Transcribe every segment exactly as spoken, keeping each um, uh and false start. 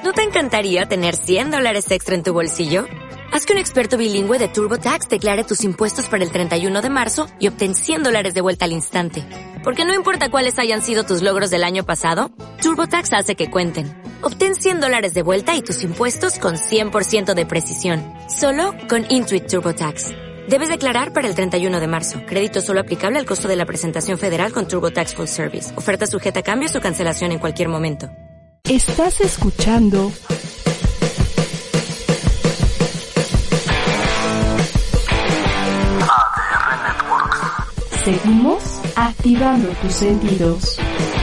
¿No te encantaría tener cien dólares extra en tu bolsillo? Haz que un experto bilingüe de TurboTax declare tus impuestos para el treinta y uno de marzo y obtén cien dólares de vuelta al instante. Porque no importa cuáles hayan sido tus logros del año pasado, TurboTax hace que cuenten. Obtén cien dólares de vuelta y tus impuestos con cien por ciento de precisión. Solo con Intuit TurboTax. Debes declarar para el treinta y uno de marzo. Crédito solo aplicable al costo de la presentación federal con TurboTax Full Service. Oferta sujeta a cambios o cancelación en cualquier momento. Estás escuchando A D R Networks. Seguimos activando tus sentidos.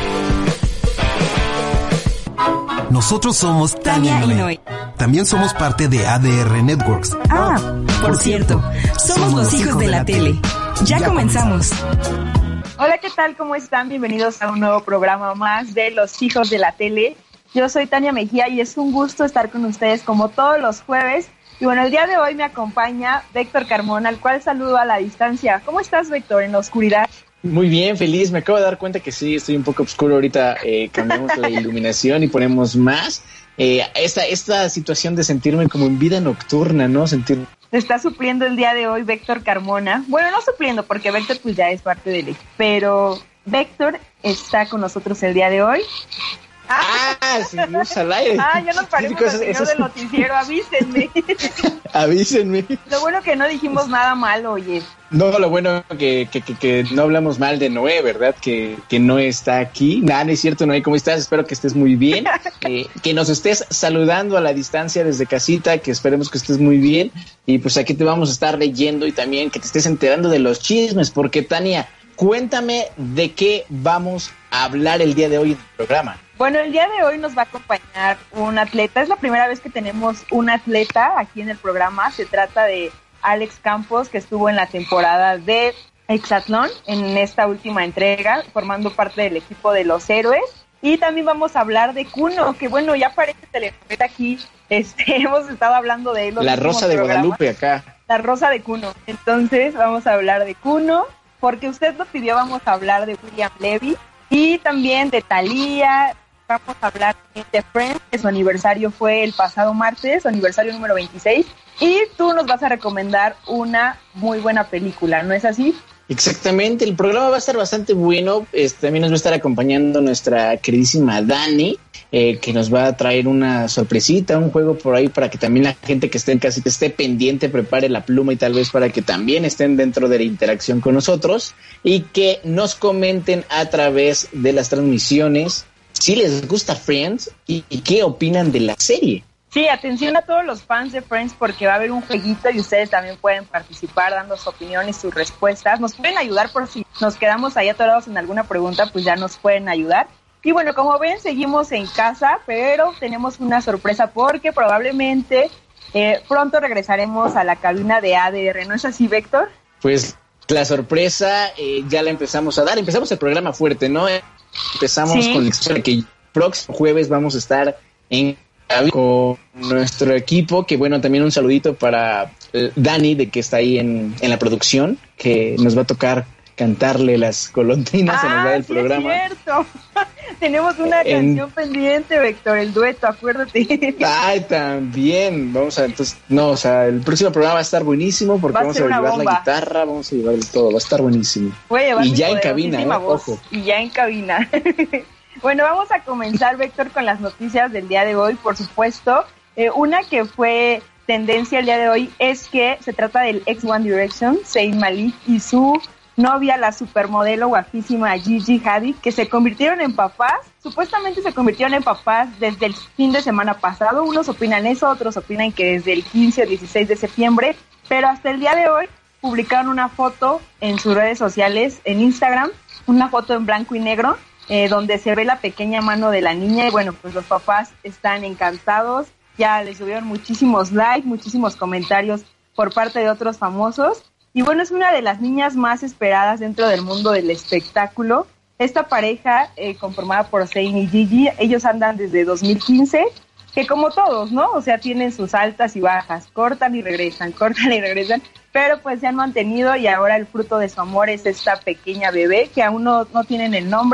Nosotros somos Tania y Noé. También somos parte de A D R Networks. Ah, por cierto, somos los hijos de la tele. Ya comenzamos. Hola, ¿qué tal? ¿Cómo están? Bienvenidos a un nuevo programa más de Los Hijos de la Tele. Yo soy Tania Mejía y es un gusto estar con ustedes como todos los jueves. Y bueno, el día de hoy me acompaña Víctor Carmona, al cual saludo a la distancia. ¿Cómo estás, Víctor, en la oscuridad? Muy bien, feliz. Me acabo de dar cuenta que sí, estoy un poco oscuro ahorita. Eh, cambiamos la iluminación y ponemos más. Eh, esta, esta situación de sentirme como en vida nocturna, ¿no? Sentir... Está supliendo el día de hoy Víctor Carmona. Bueno, no supliendo, porque Víctor pues ya es parte del equipo. Pero Víctor está con nosotros el día de hoy. Ah, sí, usa al aire. Ah, ya nos paremos al señor eso... del noticiero, avísenme. Avísenme. Lo bueno que no dijimos nada malo, oye. No, lo bueno que, que, que, que no hablamos mal de Noé, ¿verdad? Que, que no está aquí. Nada, no es cierto, Noé, ¿cómo estás? Espero que estés muy bien. Eh, que nos estés saludando a la distancia desde casita, que esperemos que estés muy bien. Y pues aquí te vamos a estar leyendo y también que te estés enterando de los chismes, porque Tania, cuéntame de qué vamos a hablar el día de hoy en el programa. Bueno, el día de hoy nos va a acompañar un atleta. Es la primera vez que tenemos un atleta aquí en el programa. Se trata de Alex Campos, que estuvo en la temporada de Hexatlón, en esta última entrega, formando parte del equipo de los héroes. Y también vamos a hablar de Kuno, que bueno, ya aparece Telenovela aquí. Este, hemos estado hablando de él. La Rosa de programas. Guadalupe acá. La Rosa de Kuno. Entonces vamos a hablar de Kuno, porque usted lo pidió, vamos a hablar de William Levy. Y también de Thalía. Vamos a hablar de Friends, que su aniversario fue el pasado martes, su aniversario número veintiséis, y tú nos vas a recomendar una muy buena película, ¿no es así? Exactamente, el programa va a estar bastante bueno. Este, también nos va a estar acompañando nuestra queridísima Dani, eh, que nos va a traer una sorpresita, un juego por ahí para que también la gente que esté en casita esté pendiente, prepare la pluma y tal vez para que también estén dentro de la interacción con nosotros y que nos comenten a través de las transmisiones si les gusta Friends y, y qué opinan de la serie. Sí, atención a todos los fans de Friends porque va a haber un jueguito y ustedes también pueden participar dando su opinión y sus respuestas. Nos pueden ayudar por si nos quedamos ahí atorados en alguna pregunta, pues ya nos pueden ayudar. Y bueno, como ven, seguimos en casa, pero tenemos una sorpresa porque probablemente eh, pronto regresaremos a la cabina de A D R. ¿No es así, Víctor? Pues la sorpresa eh, ya la empezamos a dar. Empezamos el programa fuerte, ¿no? Empezamos sí. con la historia que el próximo jueves vamos a estar en con nuestro equipo, que bueno, también un saludito para eh, Dani, de que está ahí en, en la producción, que nos va a tocar cantarle las golondrinas ah, en el del sí programa. Es cierto. Tenemos una en... canción pendiente, Víctor, el dueto, acuérdate. Ay, también. Vamos a, entonces, no, o sea, el próximo programa va a estar buenísimo porque va vamos a, a llevar bomba. la guitarra, vamos a llevar todo, va a estar buenísimo. Y ya en cabina, eh, ojo. Y ya en cabina. Bueno, vamos a comenzar, Víctor, con las noticias del día de hoy, por supuesto. Eh, una que fue tendencia el día de hoy es que se trata del ex One Direction, Zayn Malik, y su novia, la supermodelo guapísima Gigi Hadid, que se convirtieron en papás. Supuestamente se convirtieron en papás desde el fin de semana pasado. Unos opinan eso, otros opinan que desde el quince o dieciséis de septiembre. Pero hasta el día de hoy publicaron una foto en sus redes sociales, en Instagram, una foto en blanco y negro, Eh, donde se ve la pequeña mano de la niña y bueno, pues los papás están encantados, ya les subieron muchísimos likes, muchísimos comentarios por parte de otros famosos y bueno, es una de las niñas más esperadas dentro del mundo del espectáculo. Esta pareja eh, conformada por Zayn y Gigi, ellos andan desde dos mil quince, que como todos, ¿no? O sea, tienen sus altas y bajas, cortan y regresan, cortan y regresan, pero pues se han mantenido y ahora el fruto de su amor es esta pequeña bebé que aún no, no tienen el nombre.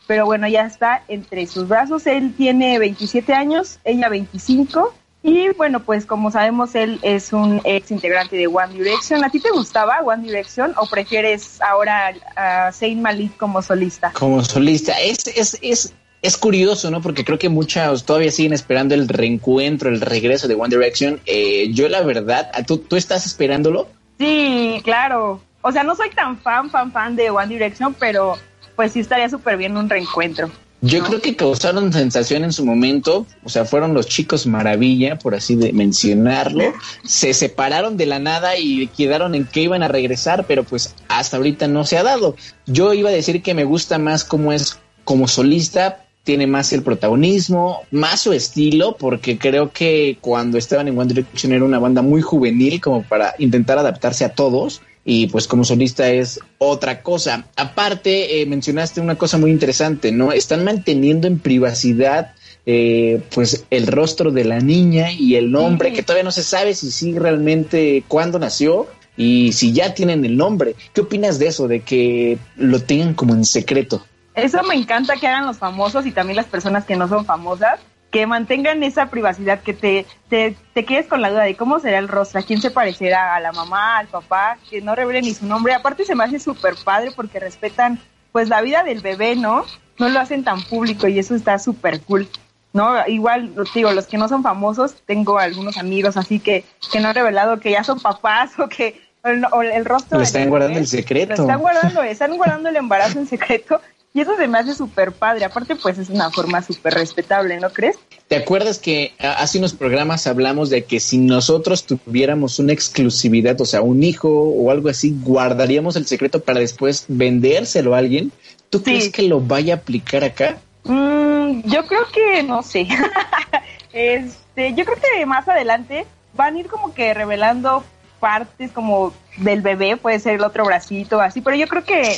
pero bueno, ya está entre sus brazos. Él tiene veintisiete años, ella veinticinco, y bueno, pues como sabemos, él es un ex integrante de One Direction. ¿A ti te gustaba One Direction o prefieres ahora a Zayn Malik como solista? Como solista, es, es, es, es curioso, ¿no? Porque creo que muchos todavía siguen esperando el reencuentro, el regreso de One Direction. Eh, yo la verdad, ¿tú, ¿tú estás esperándolo? Sí, claro. O sea, no soy tan fan, fan, fan de One Direction, pero pues sí estaría súper bien un reencuentro. Yo ¿no? creo que causaron sensación en su momento, o sea, fueron los chicos maravilla, por así de mencionarlo, se separaron de la nada y quedaron en que iban a regresar, pero pues hasta ahorita no se ha dado. Yo iba a decir que me gusta más cómo es como solista, tiene más el protagonismo, más su estilo, porque creo que cuando estaban en One Direction era una banda muy juvenil como para intentar adaptarse a todos. Y pues como solista es otra cosa. Aparte, eh, mencionaste una cosa muy interesante, ¿no? Están manteniendo en privacidad eh, pues el rostro de la niña y el nombre, sí. que todavía no se sabe si sí realmente cuándo nació y si ya tienen el nombre. ¿Qué opinas de eso, de que lo tengan como en secreto? Eso me encanta que hagan los famosos y también las personas que no son famosas, que mantengan esa privacidad, que te, te, te quedes con la duda de cómo será el rostro, a quién se parecerá, a la mamá, al papá, que no revelen ni su nombre. Aparte se me hace súper padre porque respetan pues la vida del bebé, ¿no? No lo hacen tan público y eso está súper cool, ¿no? Igual, digo, los que no son famosos, tengo algunos amigos así que, que no han revelado que ya son papás o que o el, o el rostro... Lo están guardando en secreto. Lo están guardando, están guardando el embarazo en secreto. Y eso se me hace súper padre. Aparte, pues es una forma súper respetable, ¿no crees? ¿Te acuerdas que hace unos programas hablamos de que si nosotros tuviéramos una exclusividad, o sea, un hijo o algo así, guardaríamos el secreto para después vendérselo a alguien? ¿Tú sí. crees que lo vaya a aplicar acá? Mm, yo creo que no sé. este, yo creo que más adelante van a ir como que revelando partes como del bebé, puede ser el otro bracito, así, pero yo creo que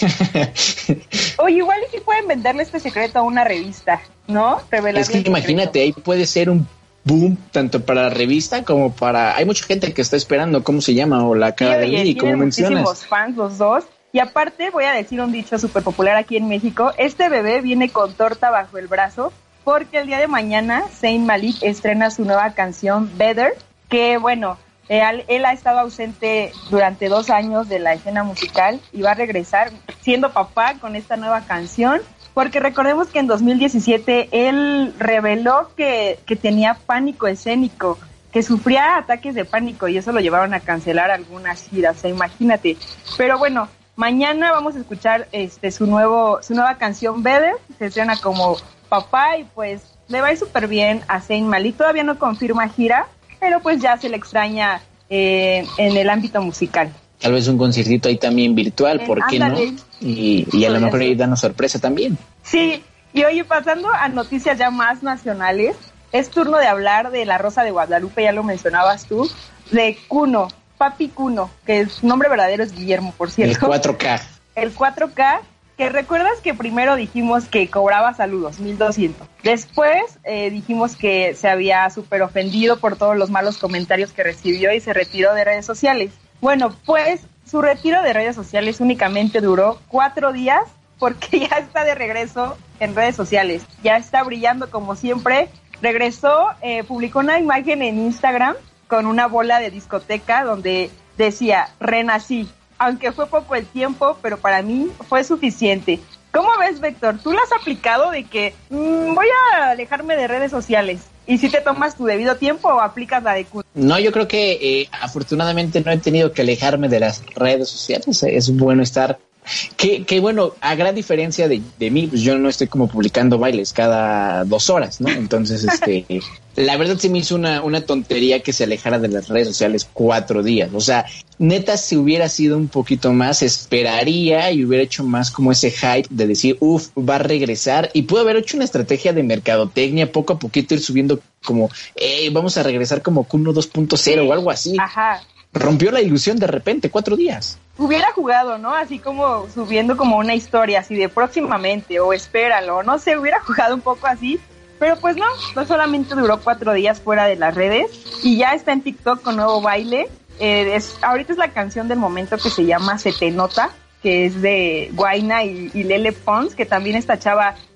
oye, igual y si pueden venderle este secreto a una revista, ¿no? Revelarle es que imagínate, ahí puede ser un boom tanto para la revista como para... Hay mucha gente que está esperando cómo se llama o la cara sí, de Lily, como mencionas. Muchísimos fans los dos. Y aparte voy a decir un dicho súper popular aquí en México: este bebé viene con torta bajo el brazo porque el día de mañana Zayn Malik estrena su nueva canción Better, que bueno... Él, él ha estado ausente durante dos años de la escena musical y va a regresar siendo papá con esta nueva canción, porque recordemos que en dos mil diecisiete él reveló que, que tenía pánico escénico, que sufría ataques de pánico y eso lo llevaron a cancelar algunas giras, o sea, imagínate. Pero bueno, mañana vamos a escuchar este su nuevo su nueva canción Better, se estrena como papá y pues le va a ir súper bien a Zayn Malik. Todavía no confirma gira, pero pues ya se le extraña eh, en el ámbito musical. Tal vez un conciertito ahí también virtual, ¿por eh, qué ándale. no? Y, y a lo mejor ahí dan una sorpresa también. Sí, y oye, pasando a noticias ya más nacionales, es turno de hablar de La Rosa de Guadalupe, ya lo mencionabas tú, de Kuno, Papi Kuno, que su nombre verdadero es Guillermo, por cierto. El cuatro K. El cuatro K, que recuerdas que primero dijimos que cobraba saludos, mil doscientos. Después eh, dijimos que se había súper ofendido por todos los malos comentarios que recibió y se retiró de redes sociales. Bueno, pues su retiro de redes sociales únicamente duró cuatro días porque ya está de regreso en redes sociales. Ya está brillando como siempre. Regresó, eh, publicó una imagen en Instagram con una bola de discoteca donde decía, renací. Aunque fue poco el tiempo, pero para mí fue suficiente. ¿Cómo ves, Víctor? ¿Tú lo has aplicado de que mmm, voy a alejarme de redes sociales? ¿Y si te tomas tu debido tiempo o aplicas la de Kuno? No, yo creo que eh, afortunadamente no he tenido que alejarme de las redes sociales. Es bueno estar... Que, que bueno, a gran diferencia de, de mí, pues yo no estoy como publicando bailes cada dos horas, ¿no? Entonces, este, la verdad sí me hizo una, una tontería que se alejara de las redes sociales cuatro días. O sea, neta, si hubiera sido un poquito más, esperaría y hubiera hecho más como ese hype de decir, uff, va a regresar. Y pudo haber hecho una estrategia de mercadotecnia, poco a poquito ir subiendo como, hey, vamos a regresar como Kuno dos punto cero o algo así. Ajá. Rompió la ilusión de repente, cuatro días. Hubiera jugado, ¿no? Así como subiendo como una historia así de próximamente o espéralo, no sé, hubiera jugado un poco así, pero pues no, no solamente duró cuatro días fuera de las redes y ya está en TikTok con nuevo baile. Eh, es, ahorita es la canción del momento que se llama Se Te Nota, que es de Guayna y, y Lele Pons, que también esta chava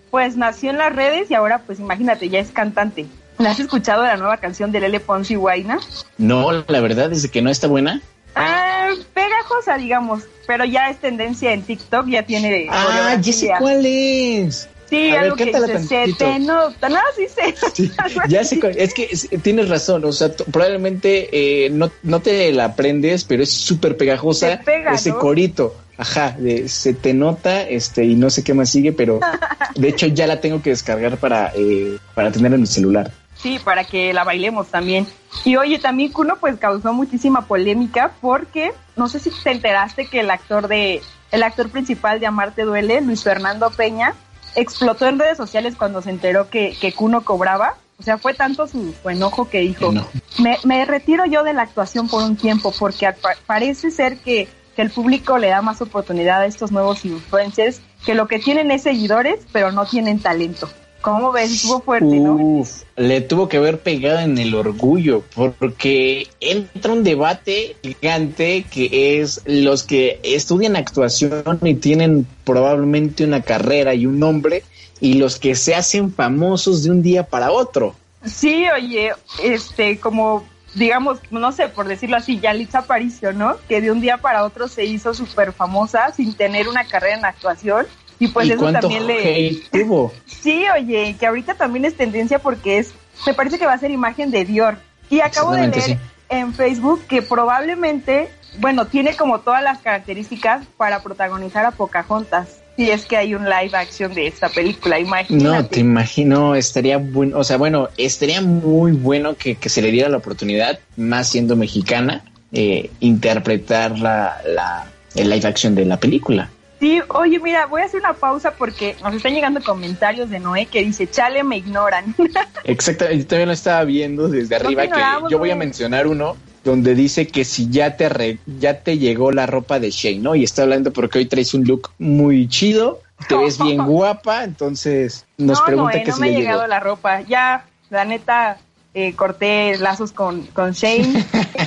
pues nació en las redes y ahora pues imagínate, ya es cantante. ¿La has escuchado la nueva canción de Lele Pons y Huayna? No, la verdad es que no está buena. Ah, pegajosa, digamos, pero ya es tendencia en TikTok, ya tiene... Ah, ya sé cuál es. Sí, a algo ver, que dice, se te nota, no, sí sé. Sí, ya sé cuál, es que es, tienes razón, o sea, t- probablemente eh, no, no te la aprendes, pero es súper pegajosa pega, ese ¿no? corito. Ajá, de, se te nota, este, y no sé qué más sigue, pero de hecho ya la tengo que descargar para, eh, para tener en mi celular. Sí, para que la bailemos también. Y oye, también Kuno pues causó muchísima polémica porque no sé si te enteraste que el actor de el actor principal de Amarte Duele, Luis Fernando Peña, explotó en redes sociales cuando se enteró que, que Kuno cobraba. O sea, fue tanto su, su enojo que dijo, no. me, me retiro yo de la actuación por un tiempo porque pa- parece ser que, que el público le da más oportunidad a estos nuevos influencers que lo que tienen es seguidores, pero no tienen talento. ¿Cómo ves? Estuvo fuerte, ¿no? Uf, le tuvo que haber pegado en el orgullo, porque entra un debate gigante que es los que estudian actuación y tienen probablemente una carrera y un nombre, y los que se hacen famosos de un día para otro. Sí, oye, este, como, digamos, no sé, por decirlo así, Yalitza Aparicio, ¿no? Que de un día para otro se hizo súper famosa sin tener una carrera en actuación. Y pues ¿Y eso también le... hate tuvo? Sí, oye, que ahorita también es tendencia porque es, me parece que va a ser imagen de Dior. Y acabo de leer sí. en Facebook que probablemente, bueno, tiene como todas las características para protagonizar a Pocahontas. Si es que hay un live action de esta película, imagínate. No, te imagino, estaría bueno, o sea, bueno, estaría muy bueno que, que se le diera la oportunidad, más siendo mexicana, eh, interpretar la, la, el live action de la película. Sí, oye, mira, voy a hacer una pausa porque nos están llegando comentarios de Noé que dice, chale, me ignoran. Exacto, yo también lo estaba viendo desde No arriba, te que ignoramos, yo voy a Noé. mencionar uno donde dice que si ya te re, ya te llegó la ropa de Shane, ¿no? Y está hablando porque hoy traes un look muy chido, te ves bien guapa, entonces nos no, pregunta Noé, que no si me ha le llegado llegó. la ropa. Ya, la neta, eh, corté lazos con, con Shane.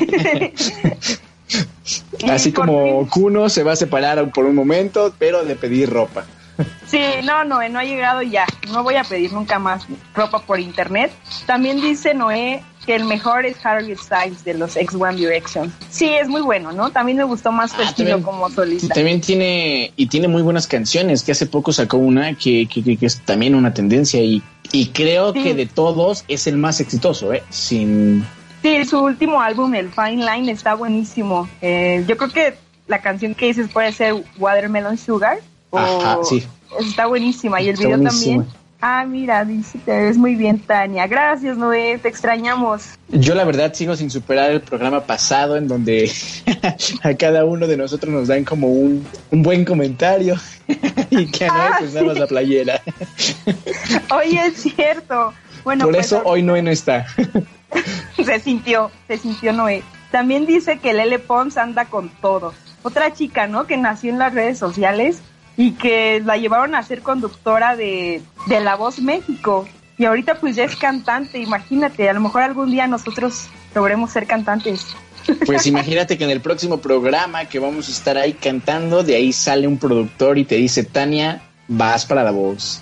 Así Y por como fin- Kuno se va a separar por un momento, pero de pedir ropa. Sí, no, Noé, no ha llegado ya. No voy a pedir nunca más ropa por internet. También dice Noé que el mejor es Harry Styles de los ex One Direction. Sí, es muy bueno, ¿no? También me gustó más su Ah, estilo también- como solista. También tiene, y tiene muy buenas canciones, que hace poco sacó una que, que, que- que es también una tendencia, y, y creo Sí. que de todos es el más exitoso, ¿eh? Sin... Sí, su último álbum, el Fine Line, está buenísimo. Eh, yo creo que la canción que dices puede ser Watermelon Sugar. O... Ajá, sí. Está buenísima. Y el Está video buenísima. también. Ah, mira, dice, te ves muy bien, Tania. Gracias, Noé, te extrañamos. Yo la verdad sigo sin superar el programa pasado en donde a cada uno de nosotros nos dan como un, un buen comentario y que a Noé Ah, pues nada más sí. la playera. Oye, es cierto. Bueno, Por pues, eso hoy Noé no está. se sintió, se sintió Noé. También dice que Lele Pons anda con todo. Otra chica, ¿no? Que nació en las redes sociales y que la llevaron a ser conductora de, de La Voz México. Y ahorita pues ya es cantante, imagínate, a lo mejor algún día nosotros logremos ser cantantes. Pues imagínate que en el próximo programa que vamos a estar ahí cantando, de ahí sale un productor y te dice, Tania, vas para La Voz.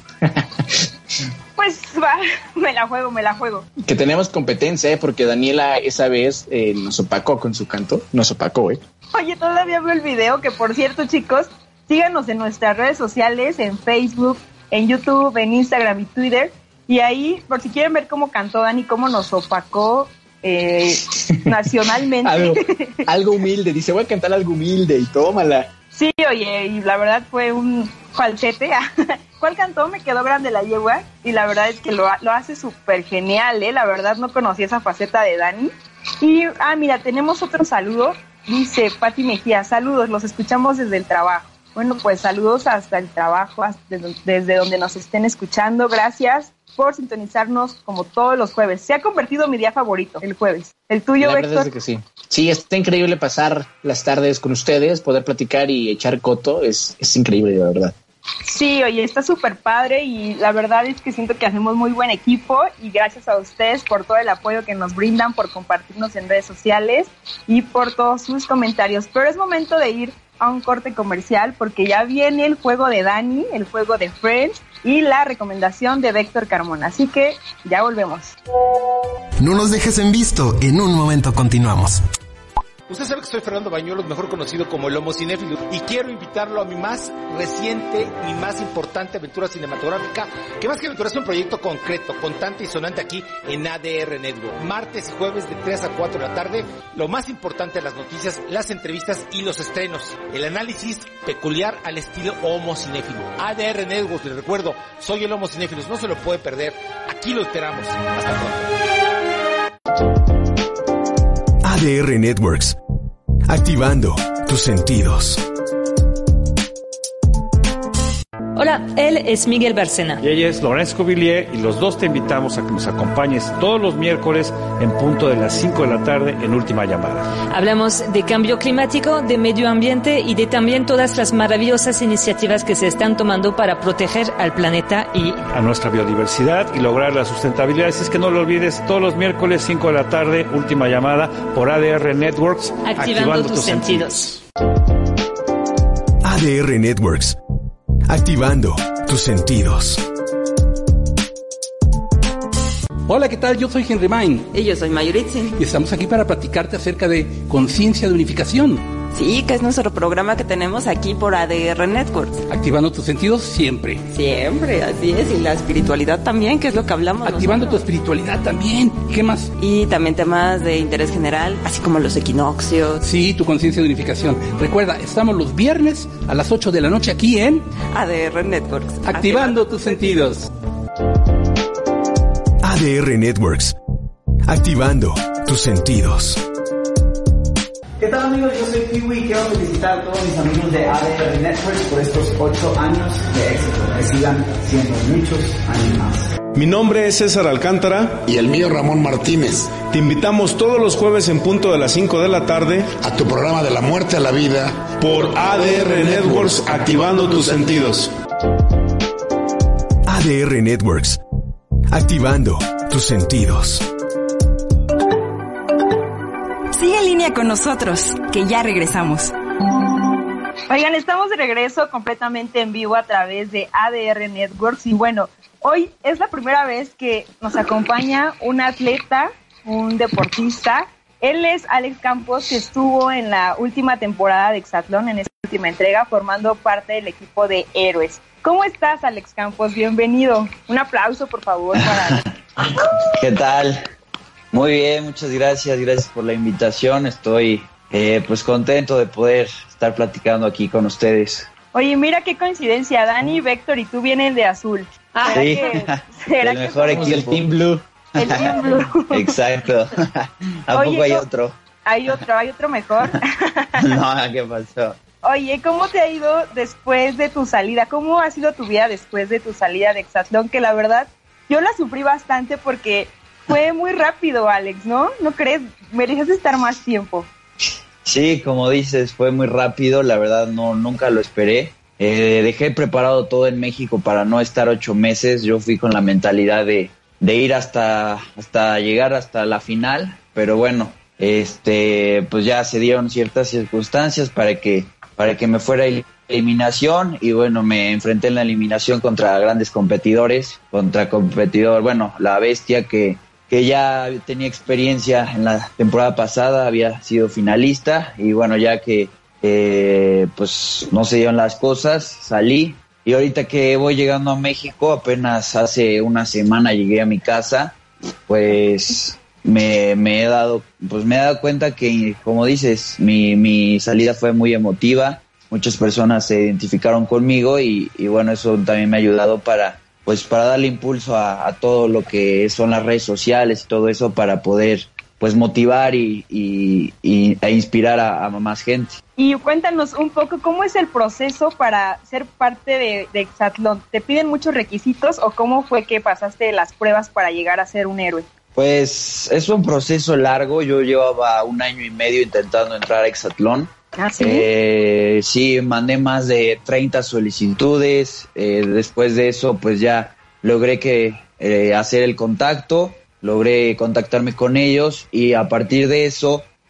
Pues va, me la juego, me la juego. Que tenemos competencia, ¿eh? Porque Daniela esa vez eh, nos opacó con su canto, nos opacó, ¿eh? Oye, todavía veo el video, que por cierto, chicos, síganos en nuestras redes sociales, en Facebook, en YouTube, en Instagram y Twitter. Y ahí, por si quieren ver cómo cantó Dani, cómo nos opacó eh, nacionalmente. algo, algo humilde, dice, voy a cantar algo humilde y tómala. Sí, oye, y la verdad fue un falsete. ¿Cuál cantó? Me quedó grande la yegua. Y la verdad es que lo, lo hace súper genial, ¿eh? La verdad no conocí esa faceta de Dani. Y, ah, mira, tenemos otro saludo. Dice Pati Mejía, saludos, los escuchamos desde el trabajo. Bueno, pues saludos hasta el trabajo, hasta desde donde nos estén escuchando. Gracias por sintonizarnos como todos los jueves. Se ha convertido en mi día favorito, el jueves. El tuyo, La verdad Héctor. es que sí. Sí, está increíble pasar las tardes con ustedes, poder platicar y echar coto, es, es increíble, la verdad. Sí, oye, está súper padre y la verdad es que siento que hacemos muy buen equipo y gracias a ustedes por todo el apoyo que nos brindan, por compartirnos en redes sociales y por todos sus comentarios. Pero es momento de ir a un corte comercial porque ya viene el juego de Dani, el juego de Friends y la recomendación de Víctor Carmona. Así que ya volvemos. No nos dejes en visto, en un momento continuamos. Usted sabe que soy Fernando Bañuelos, mejor conocido como el Homo Cinéfilo, y quiero invitarlo a mi más reciente y más importante aventura cinematográfica, que más que aventura es un proyecto concreto, contante y sonante aquí en A D R Network. Martes y jueves de tres a cuatro de la tarde, lo más importante de las noticias, las entrevistas y los estrenos. El análisis peculiar al estilo Homo Cinéfilo. A D R Network, les recuerdo, soy el Homo Cinéfilo, no se lo puede perder. Aquí lo esperamos. Hasta pronto. A D R Networks, activando tus sentidos. Hola, él es Miguel Bárcena. Y ella es Lorenzo Villiers y los dos te invitamos a que nos acompañes todos los miércoles en punto de las cinco de la tarde en Última Llamada. Hablamos de cambio climático, de medio ambiente y de también todas las maravillosas iniciativas que se están tomando para proteger al planeta y a nuestra biodiversidad y lograr la sustentabilidad. Así es que no lo olvides, todos los miércoles cinco de la tarde, Última Llamada por A D R Networks, activando, activando tus, tus sentidos. sentidos. A D R Networks, activando tus sentidos. Hola, ¿qué tal? Yo soy Henry Main. Y yo soy Mayuritzin. Y estamos aquí para platicarte acerca de conciencia de unificación. Sí, que es nuestro programa que tenemos aquí por A D R Networks. Activando tus sentidos siempre. Siempre, así es. Y la espiritualidad también, que es lo que hablamos. Activando nosotros. tu espiritualidad también. ¿Qué más? Y también temas de interés general, así como los equinoccios. Sí, tu conciencia de unificación. Recuerda, estamos los viernes a las ocho de la noche aquí en A D R Networks. Activando, Activando tus sentidos. A D R Networks, activando tus sentidos. ¿Qué tal, amigos? Yo soy Kiwi y quiero felicitar a todos mis amigos de A D R Networks por estos ocho años de éxito. Que sigan siendo muchos años más. Mi nombre es César Alcántara. Y el mío Ramón Martínez. Te invitamos todos los jueves en punto de las cinco de la tarde a tu programa de la muerte a la vida por A D R Networks, activando tus sentidos. A D R Networks, activando tus sentidos. Sigue en línea con nosotros, que ya regresamos. Oigan, estamos de regreso completamente en vivo a través de A D R Networks y bueno, hoy es la primera vez que nos acompaña un atleta, un deportista. Él es Alex Campos, que estuvo en la última temporada de Exatlón, en esta última entrega, formando parte del equipo de Héroes. ¿Cómo estás, Alex Campos? Bienvenido. Un aplauso, por favor, para... ¿Qué tal? Muy bien, muchas gracias. Gracias por la invitación. Estoy eh, pues contento de poder estar platicando aquí con ustedes. Oye, mira qué coincidencia. Dani, Víctor y tú vienen de azul. Ah, sí, el mejor equipo. El Team Blue. El Team Blue. Exacto. ¿A Oye, poco hay otro? Hay otro, hay otro mejor. No, ¿qué pasó? Oye, ¿cómo te ha ido después de tu salida? ¿Cómo ha sido tu vida después de tu salida de Exatlón? Que la verdad, yo la sufrí bastante porque fue muy rápido, Alex, ¿no? ¿No crees? Mereces estar más tiempo. Sí, como dices, fue muy rápido, la verdad no nunca lo esperé. Eh, dejé preparado todo en México para no estar ocho meses. Yo fui con la mentalidad de, de ir hasta, hasta llegar hasta la final, pero bueno, este, pues ya se dieron ciertas circunstancias para que para que me fuera a eliminación y bueno, me enfrenté en la eliminación contra grandes competidores, contra competidor, bueno, la bestia que, que ya tenía experiencia en la temporada pasada, había sido finalista y bueno, ya que eh, pues no se dieron las cosas, salí y ahorita que voy llegando a México, apenas hace una semana llegué a mi casa, pues me, me he dado, pues me he dado cuenta que, como dices, mi, mi salida fue muy emotiva, muchas personas se identificaron conmigo y, y bueno, eso también me ha ayudado para, pues para darle impulso a, a todo lo que son las redes sociales y todo eso para poder, pues motivar y, y, y e inspirar a, a más gente. Y cuéntanos un poco, ¿cómo es el proceso para ser parte de, de Exatlón? ¿Te piden muchos requisitos o cómo fue que pasaste las pruebas para llegar a ser un héroe? Pues es un proceso largo, yo llevaba un año y medio intentando entrar a Exatlón. ¿Ah, sí? Eh, sí, mandé más de treinta solicitudes, eh, después de eso pues ya logré que eh, hacer el contacto, logré contactarme con ellos y a partir de eso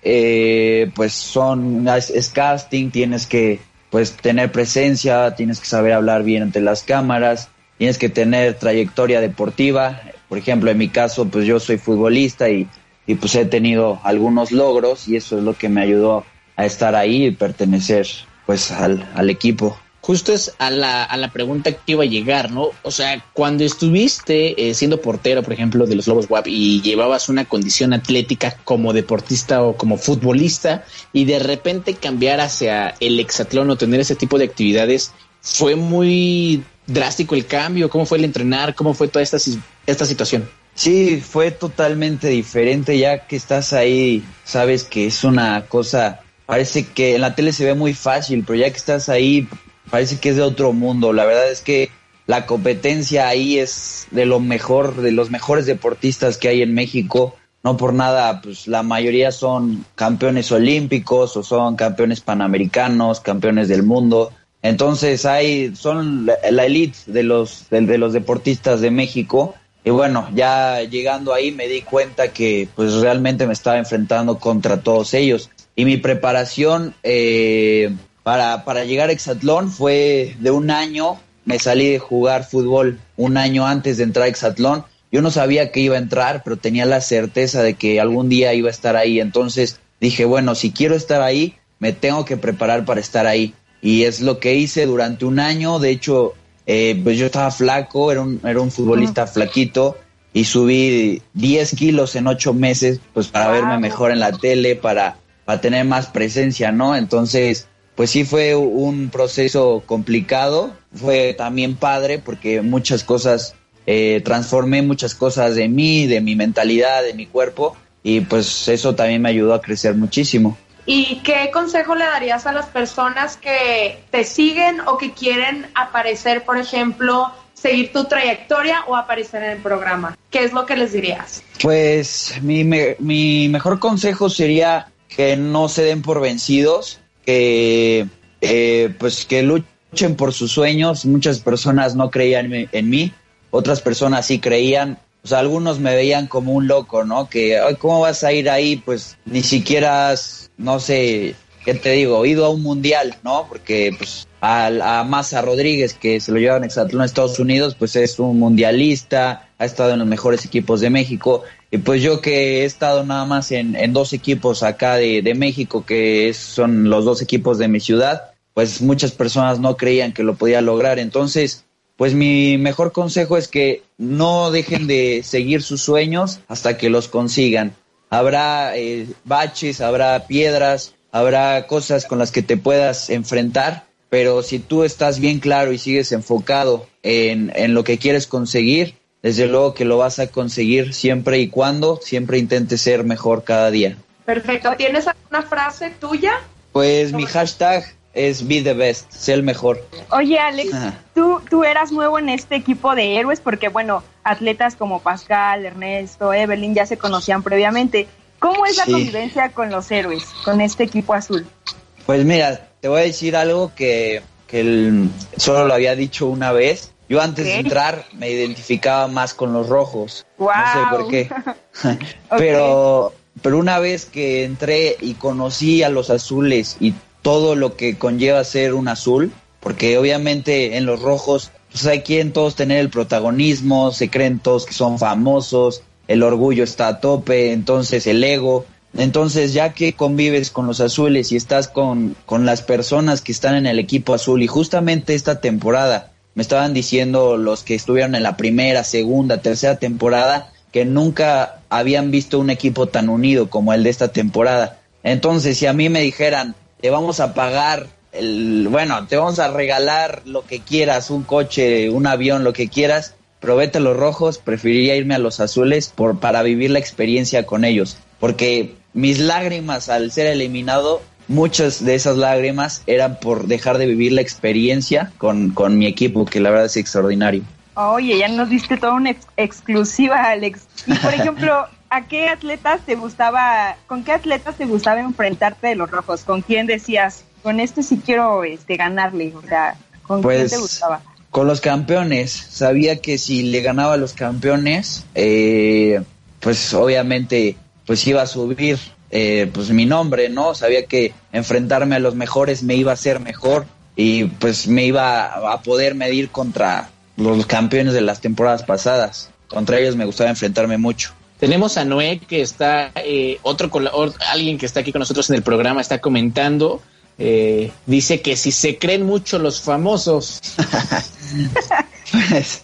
eh, pues son, es, es casting, tienes que pues tener presencia, tienes que saber hablar bien ante las cámaras, tienes que tener trayectoria deportiva. Por ejemplo, en mi caso, pues yo soy futbolista y, y pues he tenido algunos logros y eso es lo que me ayudó a estar ahí y pertenecer pues al, al equipo. Justo es a la, a la pregunta que iba a llegar, ¿no? O sea, cuando estuviste eh, siendo portero, por ejemplo, de los Lobos W A P y llevabas una condición atlética como deportista o como futbolista y de repente cambiar hacia el hexatlón o tener ese tipo de actividades, ¿fue muy drástico el cambio? ¿Cómo fue el entrenar? ¿Cómo fue toda esta, esta situación? Sí, fue totalmente diferente. Ya que estás ahí, sabes que es una cosa, parece que en la tele se ve muy fácil, pero ya que estás ahí parece que es de otro mundo. La verdad es que la competencia ahí es de lo mejor, de los mejores deportistas que hay en México. No por nada, pues la mayoría son campeones olímpicos o son campeones panamericanos, campeones del mundo. Entonces hay, son la, la elite de los, de, de los deportistas de México. Y bueno, ya llegando ahí me di cuenta que pues realmente me estaba enfrentando contra todos ellos. Y mi preparación eh, para, para llegar a hexatlón fue de un año. Me salí de jugar fútbol un año antes de entrar a hexatlón. Yo no sabía que iba a entrar, pero tenía la certeza de que algún día iba a estar ahí. Entonces dije, bueno, si quiero estar ahí, me tengo que preparar para estar ahí. Y es lo que hice durante un año. De hecho, eh, pues yo estaba flaco, era un, era un futbolista uh-huh. flaquito, y subí diez kilos en ocho meses, pues para wow. verme mejor en la tele, para, para tener más presencia, ¿no? Entonces, pues sí fue un proceso complicado, fue también padre, porque muchas cosas, eh, transformé muchas cosas de mí, de mi mentalidad, de mi cuerpo, y pues eso también me ayudó a crecer muchísimo. ¿Y qué consejo le darías a las personas que te siguen o que quieren aparecer, por ejemplo, seguir tu trayectoria o aparecer en el programa? ¿Qué es lo que les dirías? Pues mi, me, mi mejor consejo sería que no se den por vencidos, que eh, pues que luchen por sus sueños. Muchas personas no creían en mí, otras personas sí creían. O sea, algunos me veían como un loco, ¿no? Que, ay, ¿cómo vas a ir ahí? Pues ni siquiera has, no sé, ¿qué te digo? Ido a un mundial, ¿no? Porque, pues, a, a Maza Rodríguez, que se lo llevan a hexatlón a Estados Unidos, pues es un mundialista, ha estado en los mejores equipos de México. Y pues yo que he estado nada más en, en dos equipos acá de, de México, que es, son los dos equipos de mi ciudad, pues muchas personas no creían que lo podía lograr. Entonces, pues mi mejor consejo es que no dejen de seguir sus sueños hasta que los consigan. Habrá eh, baches, habrá piedras, habrá cosas con las que te puedas enfrentar, pero si tú estás bien claro y sigues enfocado en, en lo que quieres conseguir, desde luego que lo vas a conseguir siempre y cuando siempre intentes ser mejor cada día. Perfecto. ¿Tienes alguna frase tuya? Pues mi hashtag es be the best, sé el mejor. Oye, Alex, tú, tú eras nuevo en este equipo de héroes porque, bueno, atletas como Pascal, Ernesto, Evelyn ya se conocían previamente. ¿Cómo es la sí. convivencia con los héroes, con este equipo azul? Pues mira, te voy a decir algo que, que el, solo lo había dicho una vez. Yo antes ¿Qué? de entrar me identificaba más con los rojos. Wow. No sé por qué. pero, okay. pero una vez que entré y conocí a los azules y todo lo que conlleva ser un azul, porque obviamente en los rojos pues ahí quieren todos tener el protagonismo, se creen todos que son famosos, el orgullo está a tope, entonces el ego. Entonces ya que convives con los azules y estás con, con las personas que están en el equipo azul, y justamente esta temporada me estaban diciendo los que estuvieron en la primera, segunda, tercera temporada que nunca habían visto un equipo tan unido como el de esta temporada. Entonces si a mí me dijeran, te vamos a pagar, el, bueno, te vamos a regalar lo que quieras, un coche, un avión, lo que quieras, pero vete a los rojos, preferiría irme a los azules por, para vivir la experiencia con ellos. Porque mis lágrimas al ser eliminado, muchas de esas lágrimas eran por dejar de vivir la experiencia con, con mi equipo, que la verdad es extraordinario. Oye, ya nos diste toda una ex- exclusiva, Alex. Y por ejemplo, ¿a qué atletas te gustaba, con qué atletas te gustaba enfrentarte de los rojos? ¿Con quién decías, con este sí quiero este ganarle? O sea, ¿con pues, quién te gustaba? Con los campeones. Sabía que si le ganaba a los campeones, eh, pues obviamente pues iba a subir eh, pues mi nombre, ¿no? Sabía que enfrentarme a los mejores me iba a hacer mejor y pues me iba a poder medir contra los campeones de las temporadas pasadas. Contra ellos me gustaba enfrentarme mucho. Tenemos a Noé, que está, eh, otro, otro alguien que está aquí con nosotros en el programa, está comentando, eh, dice que si se creen mucho los famosos. pues,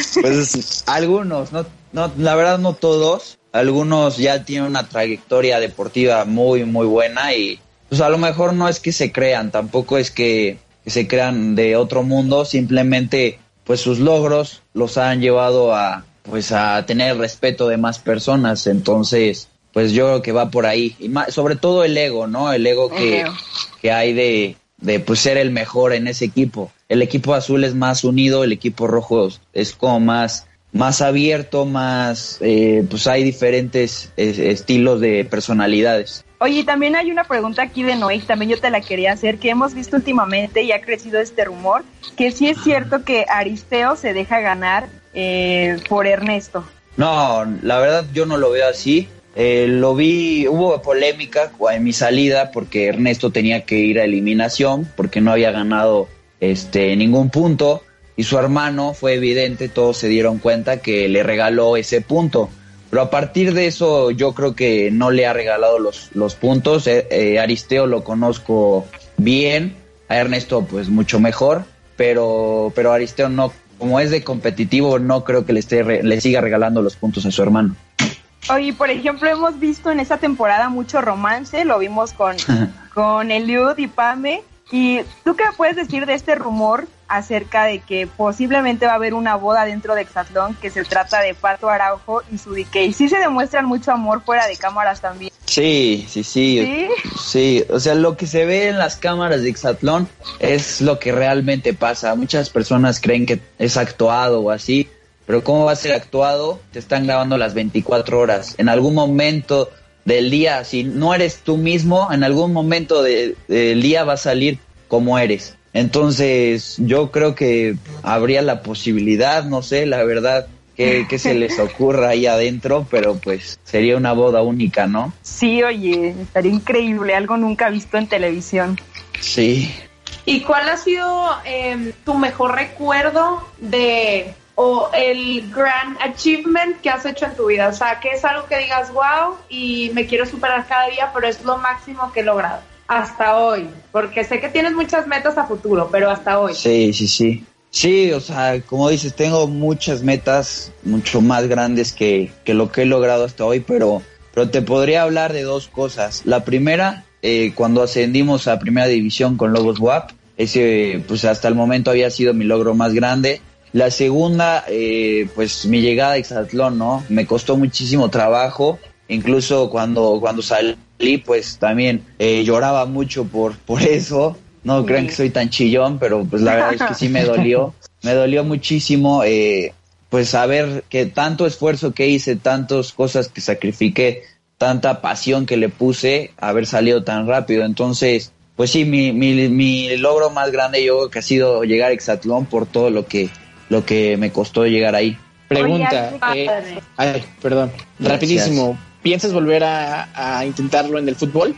pues algunos, no, no, la verdad no todos, algunos ya tienen una trayectoria deportiva muy, muy buena y pues a lo mejor no es que se crean, tampoco es que, que se crean de otro mundo, simplemente pues sus logros los han llevado a pues a tener respeto de más personas, entonces pues yo creo que va por ahí, y más, sobre todo el ego, ¿no? El ego que, que hay de, de pues ser el mejor en ese equipo. El equipo azul es más unido, el equipo rojo es como más, más abierto, más, eh, pues hay diferentes eh, estilos de personalidades. Oye, también hay una pregunta aquí de Noé, también yo te la quería hacer, que hemos visto últimamente y ha crecido este rumor, que sí es cierto que Aristeo se deja ganar eh, por Ernesto. No, la verdad yo no lo veo así. Eh, lo vi, hubo polémica en mi salida porque Ernesto tenía que ir a eliminación porque no había ganado este ningún punto y su hermano, fue evidente, todos se dieron cuenta que le regaló ese punto. Pero a partir de eso yo creo que no le ha regalado los, los puntos. Eh, eh, Aristeo lo conozco bien, a Ernesto pues mucho mejor, pero, pero Aristeo no, como es de competitivo, no creo que le, esté re, le siga regalando los puntos a su hermano. Oye, por ejemplo, hemos visto en esta temporada mucho romance, lo vimos con, con Eliud y Pame. ¿Y tú qué puedes decir de este rumor acerca de que posiblemente va a haber una boda dentro de Exatlón, que se trata de Pato Araujo y su D K? Y sí se demuestran mucho amor fuera de cámaras también. Sí, sí, sí, sí. Sí, o sea, lo que se ve en las cámaras de Exatlón es lo que realmente pasa. Muchas personas creen que es actuado o así, pero ¿cómo va a ser actuado? Te están grabando las veinticuatro horas. En algún momento del día, si no eres tú mismo, en algún momento de, del día va a salir como eres. Entonces yo creo que habría la posibilidad, no sé, la verdad, que, que se les ocurra ahí adentro, pero pues sería una boda única, ¿no? Sí, oye, estaría increíble, algo nunca visto en televisión. Sí. ¿Y cuál ha sido eh, tu mejor recuerdo de... o el grand achievement que has hecho en tu vida? O sea, que es algo que digas, wow, y me quiero superar cada día, pero es lo máximo que he logrado hasta hoy, porque sé que tienes muchas metas a futuro, pero hasta hoy. Sí, sí, sí. Sí, o sea, como dices, tengo muchas metas mucho más grandes que, que lo que he logrado hasta hoy, pero, pero te podría hablar de dos cosas. La primera, eh, cuando ascendimos a Primera División con Lobos W A P, ese pues hasta el momento había sido mi logro más grande. La segunda, eh, pues mi llegada a Exatlón, ¿no? Me costó muchísimo trabajo, incluso cuando, cuando salí, pues también eh, lloraba mucho por, por eso. No crean que soy tan chillón, pero pues la verdad es que sí me dolió. Me dolió muchísimo, eh, pues saber que tanto esfuerzo que hice, tantas cosas que sacrifiqué, tanta pasión que le puse, haber salido tan rápido. Entonces, pues sí, mi, mi, mi logro más grande yo creo que ha sido llegar a Exatlón por todo lo que lo que me costó llegar ahí. Pregunta, eh, ay, perdón, Gracias. Rapidísimo, ¿piensas volver a, a intentarlo en el fútbol?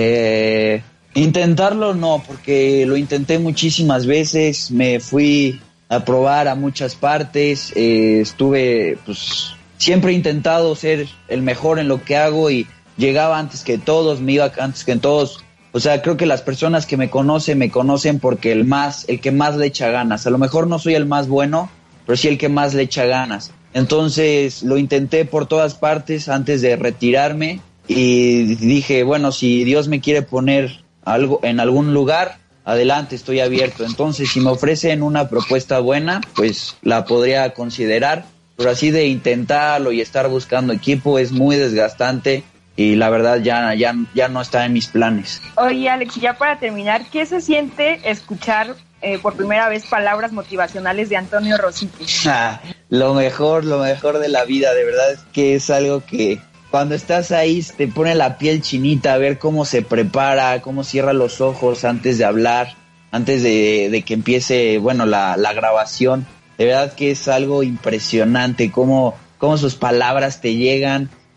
Eh, intentarlo no, porque lo intenté muchísimas veces, me fui a probar a muchas partes, eh, estuve, pues, siempre he intentado ser el mejor en lo que hago y llegaba antes que todos, me iba antes que todos. O sea, creo que las personas que me conocen, me conocen porque el más, el que más le echa ganas. A lo mejor no soy el más bueno, pero sí el que más le echa ganas. Entonces lo intenté por todas partes antes de retirarme y dije, bueno, si Dios me quiere poner algo en algún lugar, adelante, estoy abierto. Entonces, si me ofrecen una propuesta buena, pues la podría considerar. Pero así de intentarlo y estar buscando equipo es muy desgastante. Y la verdad ya, ya, ya no está en mis planes. Oye, Alex, ya para terminar, ¿qué se siente escuchar eh, por primera vez palabras motivacionales de Antonio Rosique? Ah, lo mejor, lo mejor de la vida, de verdad es que es algo que cuando estás ahí te pone la piel chinita a ver cómo se prepara, cómo cierra los ojos antes de hablar, antes de, de que empiece, bueno, la, la grabación. De verdad que es algo impresionante, cómo, cómo sus palabras te llegan.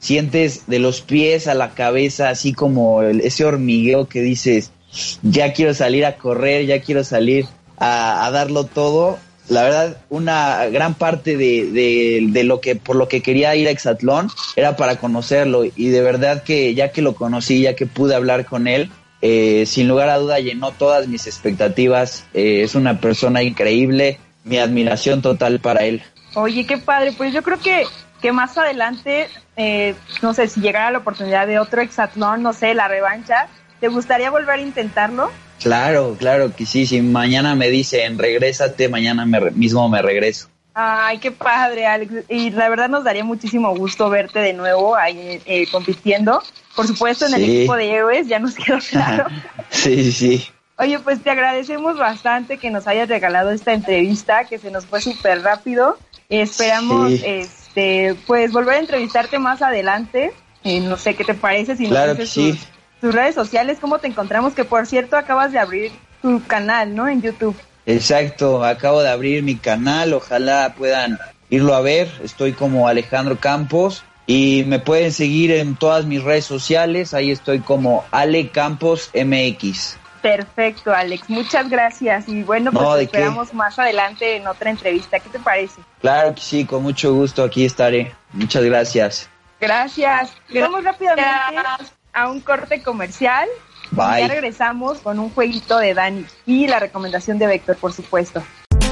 sientes de los pies a la cabeza así como el, ese hormigueo que dices, ya quiero salir a correr, ya quiero salir a, a darlo todo. La verdad, una gran parte de, de, de lo que por lo que quería ir a Exatlón era para conocerlo, y de verdad que ya que lo conocí, ya que pude hablar con él, eh, sin lugar a duda llenó todas mis expectativas. Eh, es una persona increíble, mi admiración total para él. Oye, qué padre. Pues yo creo que, que más adelante, eh, no sé, si llegara la oportunidad de otro Exatlón, no sé, la revancha, ¿te gustaría volver a intentarlo? Claro, claro que sí. Si mañana me dicen regrésate, mañana me, mismo me regreso. Ay, qué padre, Alex. Y la verdad nos daría muchísimo gusto verte de nuevo ahí eh, compitiendo. Por supuesto, en sí. el equipo de héroes, ya nos quedó claro. Sí, sí. Oye, pues te agradecemos bastante que nos hayas regalado esta entrevista, que se nos fue súper rápido. Esperamos, sí. este, pues volver a entrevistarte más adelante. Eh, no sé qué te parece, si claro nos que dices sí. tus, tus redes sociales, cómo te encontramos, que por cierto acabas de abrir tu canal, ¿no? En YouTube. Exacto, acabo de abrir mi canal, ojalá puedan irlo a ver. Estoy como Alejandro Campos y me pueden seguir en todas mis redes sociales, ahí estoy como Ale Campos M X. Perfecto, Alex, muchas gracias. Y bueno, pues no, te esperamos qué? más adelante en otra entrevista. ¿Qué te parece? Claro que sí, con mucho gusto aquí estaré. Muchas gracias. Gracias. Vamos rápidamente a un corte comercial. Bye. Ya regresamos con un jueguito de Dani y la recomendación de Víctor, por supuesto.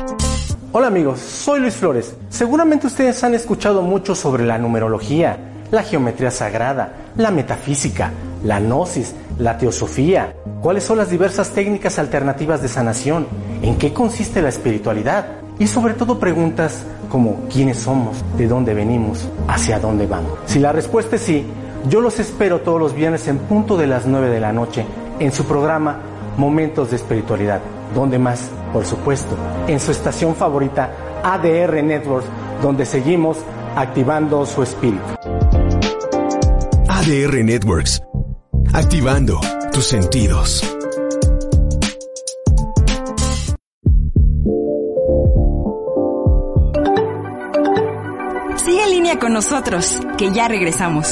Hola amigos, soy Luis Flores. Seguramente ustedes han escuchado mucho sobre la numerología, la geometría sagrada, la metafísica, la gnosis, la teosofía. ¿Cuáles son las diversas técnicas alternativas de sanación? ¿En qué consiste la espiritualidad? Y sobre todo preguntas como ¿quiénes somos? ¿De dónde venimos? ¿Hacia dónde vamos? Si la respuesta es sí, yo los espero todos los viernes en punto de las nueve de la noche en su programa Momentos de Espiritualidad. ¿Dónde más? Por supuesto, en su estación favorita A D R Networks, donde seguimos activando su espíritu. A D R Networks, activando tus sentidos. Sigue en línea con nosotros, que ya regresamos.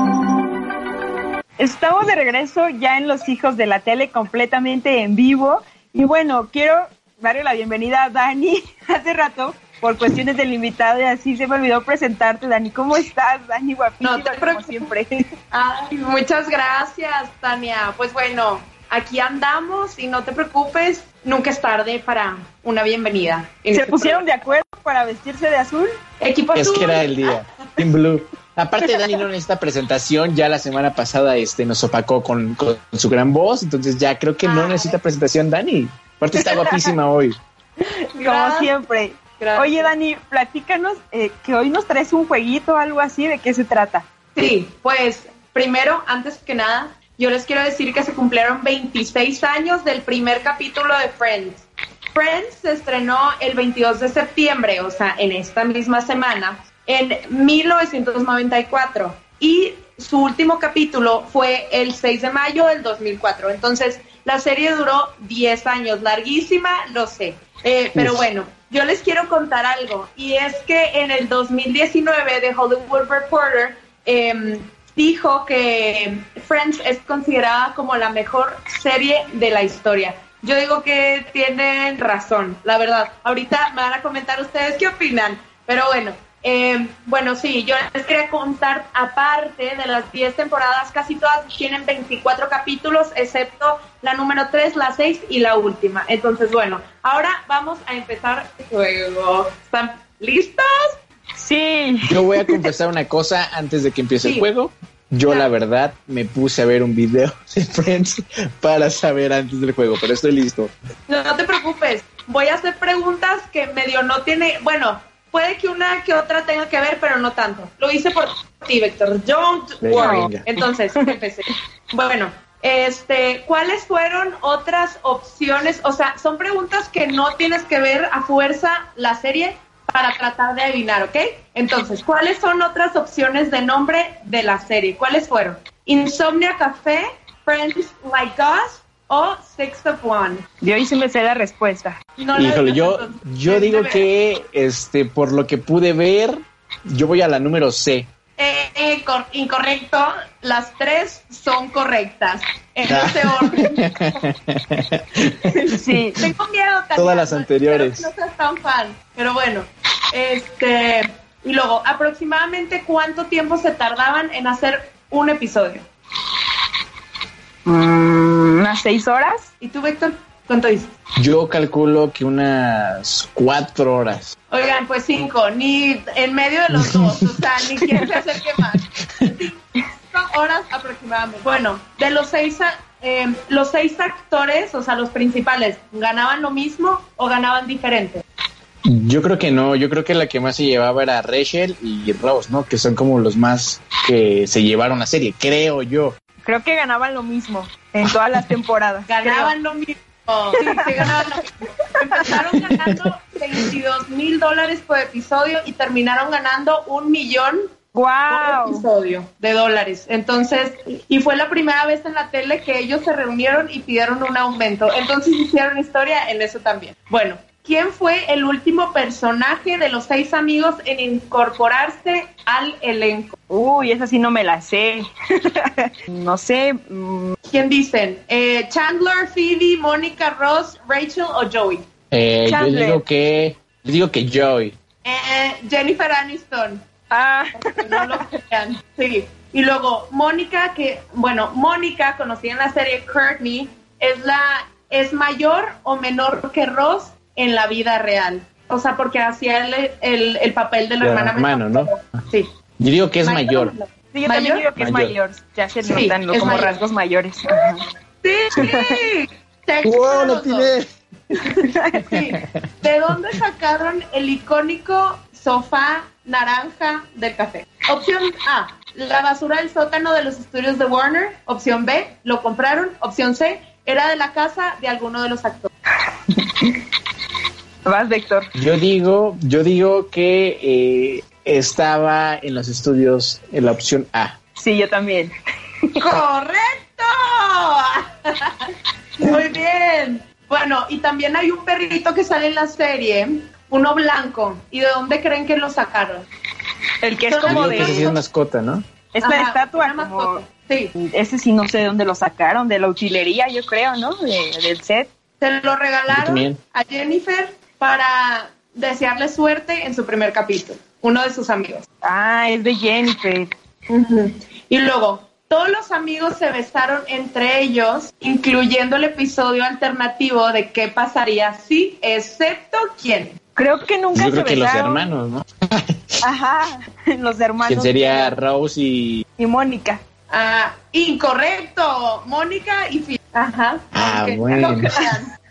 Estamos de regreso ya en Los Hijos de la Tele, completamente en vivo. Y bueno, quiero darle la bienvenida a Dani. Hace rato, por cuestiones del invitado y así, se me olvidó presentarte. Dani, ¿cómo estás? Dani, guapísima, no te como siempre. Ay, muchas gracias, Tania. Pues bueno, aquí andamos y no te preocupes, nunca es tarde para una bienvenida. ¿Se este pusieron programa. de acuerdo para vestirse de azul? Equipo azul. Es que era el día, Team Blue. Aparte, Dani no necesita presentación, ya la semana pasada este nos opacó con, con su gran voz, entonces ya creo que no necesita presentación, Dani. Aparte está guapísima hoy. Como siempre. Gracias. Oye, Dani, platícanos eh, que hoy nos traes un jueguito o algo así, ¿de qué se trata? Sí, pues primero, antes que nada, yo les quiero decir que se cumplieron veintiséis años del primer capítulo de Friends. Friends se estrenó el veintidós de septiembre, o sea, en esta misma semana, en mil novecientos noventa y cuatro, y su último capítulo fue el seis de mayo del dos mil cuatro. Entonces, la serie duró diez años, larguísima, lo sé. Eh, pero bueno, yo les quiero contar algo, y es que en el dos mil diecinueve The Hollywood Reporter eh, dijo que Friends es considerada como la mejor serie de la historia. Yo digo que tienen razón, la verdad. Ahorita me van a comentar ustedes qué opinan, pero bueno. Eh, bueno, sí, yo les quería contar, aparte de las diez temporadas, casi todas tienen veinticuatro capítulos, excepto la número tres, la seis y la última. Entonces, bueno, ahora vamos a empezar el juego. ¿Están listos? Sí. Yo voy a confesar una cosa antes de que empiece sí. el juego. Yo, claro. la verdad, me puse a ver un video de Friends para saber antes del juego, pero estoy listo. No, no te preocupes, voy a hacer preguntas que medio no tiene, bueno... Puede que una que otra tenga que ver, pero no tanto. Lo hice por ti, Víctor. Don't worry. Entonces, empecé. Bueno, este, ¿cuáles fueron otras opciones? O sea, son preguntas que no tienes que ver a fuerza la serie para tratar de adivinar, ¿ok? Entonces, ¿cuáles son otras opciones de nombre de la serie? ¿Cuáles fueron? Insomnia Café, Friends Like Us, o Six of One. Yo ahí sí me sé la respuesta. No Híjole, la yo, yo digo que, este, por lo que pude ver, yo voy a la número C. Eh, eh, cor- incorrecto, las tres son correctas. En ese orden. Sí, tengo miedo. Tania, Todas las anteriores. No seas tan fan, pero bueno. Este, y luego, aproximadamente cuánto tiempo se tardaban en hacer un episodio. Mm, unas seis horas. ¿Y tú, Víctor? ¿Cuánto dices? Yo calculo que unas cuatro horas. Oigan, pues cinco, ni en medio de los dos, o sea, ni quién se acerque más. Cinco horas aproximadamente. Bueno, de los seis, eh, los seis actores, o sea, los principales, ¿ganaban lo mismo o ganaban diferente? Yo creo que no, yo creo que la que más se llevaba era Rachel y Ross, ¿no? Que son como los más que se llevaron la serie, creo yo. Creo que ganaban lo mismo en todas las temporadas. Ganaban lo mismo. Sí, sí, ganaban lo mismo. Empezaron ganando veintidós mil dólares por episodio y terminaron ganando un millón wow. por episodio de dólares. Entonces, y fue la primera vez en la tele que ellos se reunieron y pidieron un aumento. Entonces hicieron historia en eso también. Bueno, ¿quién fue el último personaje de los seis amigos en incorporarse al elenco? Uy, esa sí no me la sé. No sé. Mm. ¿Quién dicen? Eh, ¿Chandler, Phoebe, Mónica, Ross, Rachel o Joey? Eh, yo digo que yo digo que Joey. Eh, Jennifer Aniston. Ah, no lo crean. Sí. Y luego Mónica, que bueno, Mónica, conocida en la serie Courtney, es la es mayor o menor que Ross en la vida real. O sea, porque hacía el, el, el papel de la de hermana hermano, ¿no? Sí. Yo digo que es mayor. mayor. Sí, yo ¿Mayor? también digo que es mayor. Ya se Sí, notan es como mayor. rasgos mayores. Ajá. Sí. ¡Wow, lo tiene! Sí. ¿De dónde sacaron el icónico sofá naranja del café? Opción A, la basura del sótano de los estudios de Warner. Opción B, lo compraron. Opción C, era de la casa de alguno de los actores. Vas, Víctor. Yo digo, yo digo que eh, estaba en los estudios en la opción A. Sí, yo también. ¡Correcto! Muy bien. Bueno, y también hay un perrito que sale en la serie, uno blanco. ¿Y de dónde creen que lo sacaron? El que es Yo como digo que sí de... es mascota, ¿no? Es la Ajá, estatua, una como... mascota. Sí. Ese sí no sé de dónde lo sacaron, de la utilería, yo creo, ¿no? De, del set. Se lo Yo regalaron también. a Jennifer para desearle suerte en su primer capítulo. Uno de sus amigos. Ah, es de Jennifer. Uh-huh. Y luego, todos los amigos se besaron entre ellos, incluyendo el episodio alternativo de qué pasaría si, excepto quién. Creo que nunca Yo se creo que los besaron. hermanos, ¿no? Ajá, los hermanos. ¿Quién sería Rose y...? Y Mónica. Ah, incorrecto. Mónica y Phoebe. Ajá. Ah, aunque no bueno. lo crean.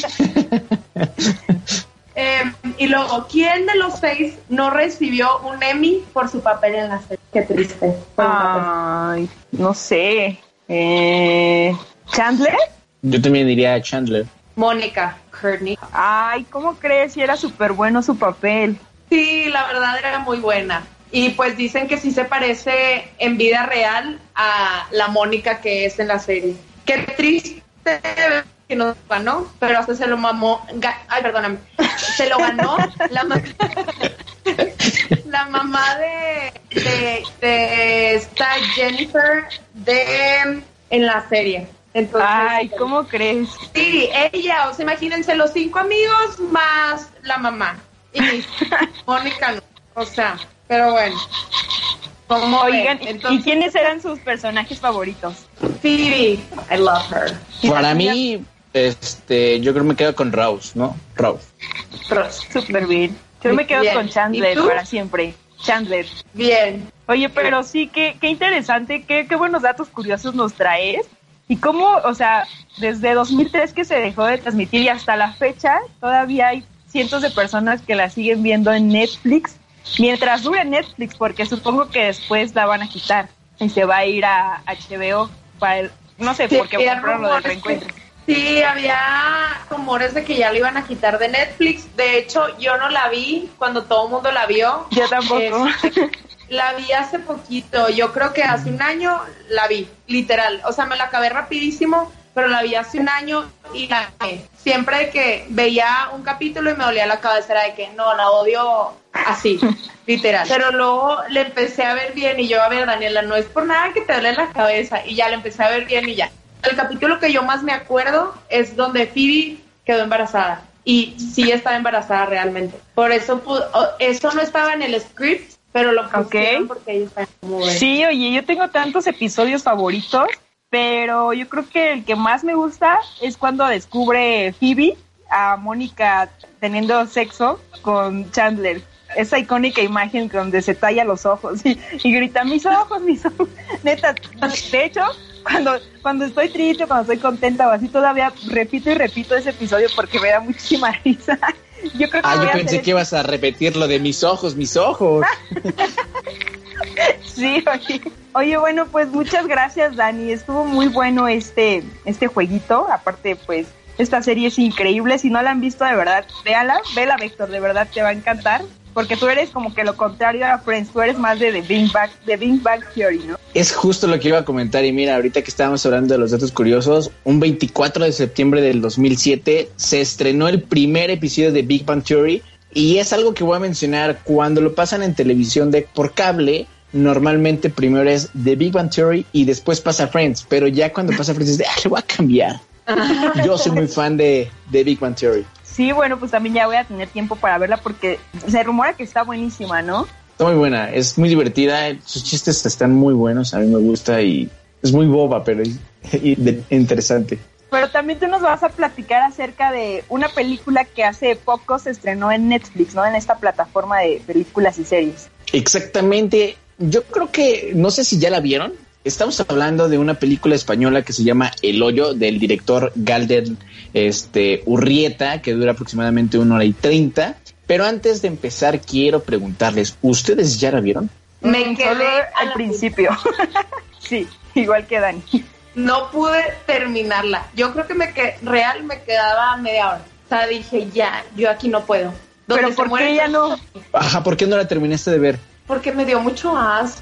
eh, y luego, ¿quién de los seis no recibió un Emmy por su papel en la serie? Qué triste. Ay, no sé. Eh, ¿Chandler? Yo también diría Chandler. Mónica Courtney. Ay, ¿cómo crees? Si era súper bueno su papel. Sí, la verdad era muy buena. Y pues dicen que sí se parece en vida real a la Mónica que es en la serie. Qué triste que no ganó, pero hasta se lo mamó. Ga- Ay, perdóname. Se lo ganó la, ma- la mamá de, de, de esta Jennifer de en la serie. Entonces, Ay, ¿cómo crees? sí, ella, o sea, imagínense los cinco amigos más la mamá. Y Mónica no. O sea, pero bueno. Como Oigan, ven, ¿y- entonces, ¿y quiénes eran sus personajes favoritos? Phoebe, I love her. Para mí, este, yo creo que me quedo con Rose, ¿no? Rose. Ross. Súper bien. Yo me quedo Bien. con Chandler ¿Y tú? para siempre. Chandler. Bien. Oye, pero sí, qué, qué interesante, qué, qué buenos datos curiosos nos traes. Y cómo, o sea, desde dos mil tres que se dejó de transmitir y hasta la fecha, todavía hay cientos de personas que la siguen viendo en Netflix, mientras dure Netflix, porque supongo que después la van a quitar y se va a ir a H B O para el, no sé, Sí, porque había compraron lo del rumores reencuentro. que- Sí, había rumores de que ya la iban a quitar de Netflix. De hecho, yo no la vi cuando todo el mundo la vio. Yo tampoco. Este, la vi hace poquito, yo creo que hace un año la vi, literal. O sea, me la acabé rapidísimo pero la vi hace un año y la amé. Siempre que veía un capítulo y me dolía la cabeza era de que no, la odio así, literal. Pero luego le empecé a ver bien y yo, a ver, Daniela, no es por nada que te duele la cabeza, y ya le empecé a ver bien y ya. El capítulo que yo más me acuerdo es donde Phoebe quedó embarazada, y sí estaba embarazada realmente. Por eso, eso no estaba en el script, pero lo pusieron okay. porque ella está muy buena. Sí, oye, yo tengo tantos episodios favoritos, pero yo creo que el que más me gusta es cuando descubre Phoebe a Mónica teniendo sexo con Chandler. Esa icónica imagen donde se talla los ojos y, y grita, mis ojos, mis ojos. Neta, de hecho, cuando, cuando estoy triste, cuando estoy contenta o así, todavía repito y repito ese episodio porque me da muchísima risa. Yo creo que ah, yo pensé que ibas a repetir lo de mis ojos, mis ojos. Sí, oye. Oye, bueno, pues muchas gracias, Dani. Estuvo muy bueno este, este jueguito. Aparte, pues, esta serie es increíble. Si no la han visto, de verdad, véala. Vela, Víctor, de verdad te va a encantar. Porque tú eres como que lo contrario a Friends. Tú eres más de The Big Bang, The Big Bang Theory, ¿no? Es justo lo que iba a comentar. Y mira, ahorita que estábamos hablando de los datos curiosos, un veinticuatro de septiembre del dos mil siete se estrenó el primer episodio de Big Bang Theory. Y es algo que voy a mencionar. Cuando lo pasan en televisión de por cable, normalmente primero es The Big Bang Theory y después pasa Friends, pero ya cuando pasa Friends es de, ah, le voy a cambiar. Yo soy muy fan de, de Big Bang Theory. Sí, bueno, pues también ya voy a tener tiempo para verla porque se rumora que está buenísima, ¿no? Está muy buena, es muy divertida, sus chistes están muy buenos, a mí me gusta y es muy boba, pero es y de, interesante. Pero también tú nos vas a platicar acerca de una película que hace poco se estrenó en Netflix, ¿no? En esta plataforma de películas y series. Exactamente. Yo creo que, no sé si ya la vieron, estamos hablando de una película española que se llama El Hoyo, del director Galder este, Urrieta, que dura aproximadamente una hora y treinta. Pero antes de empezar, quiero preguntarles, ¿ustedes ya la vieron? Me quedé al principio. Sí, igual que Dani. No pude terminarla. Yo creo que me que real me quedaba media hora. O sea, dije, ya, yo aquí no puedo. ¿Pero por qué ya no? Ajá, ¿por qué no la terminaste de ver? Porque me dio mucho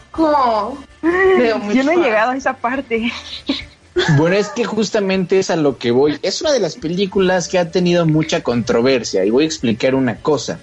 asco. Me dio mucho Yo no he asco. llegado a esa parte. Bueno, es que justamente es a lo que voy. Es una de las películas que ha tenido mucha controversia y voy a explicar una cosa.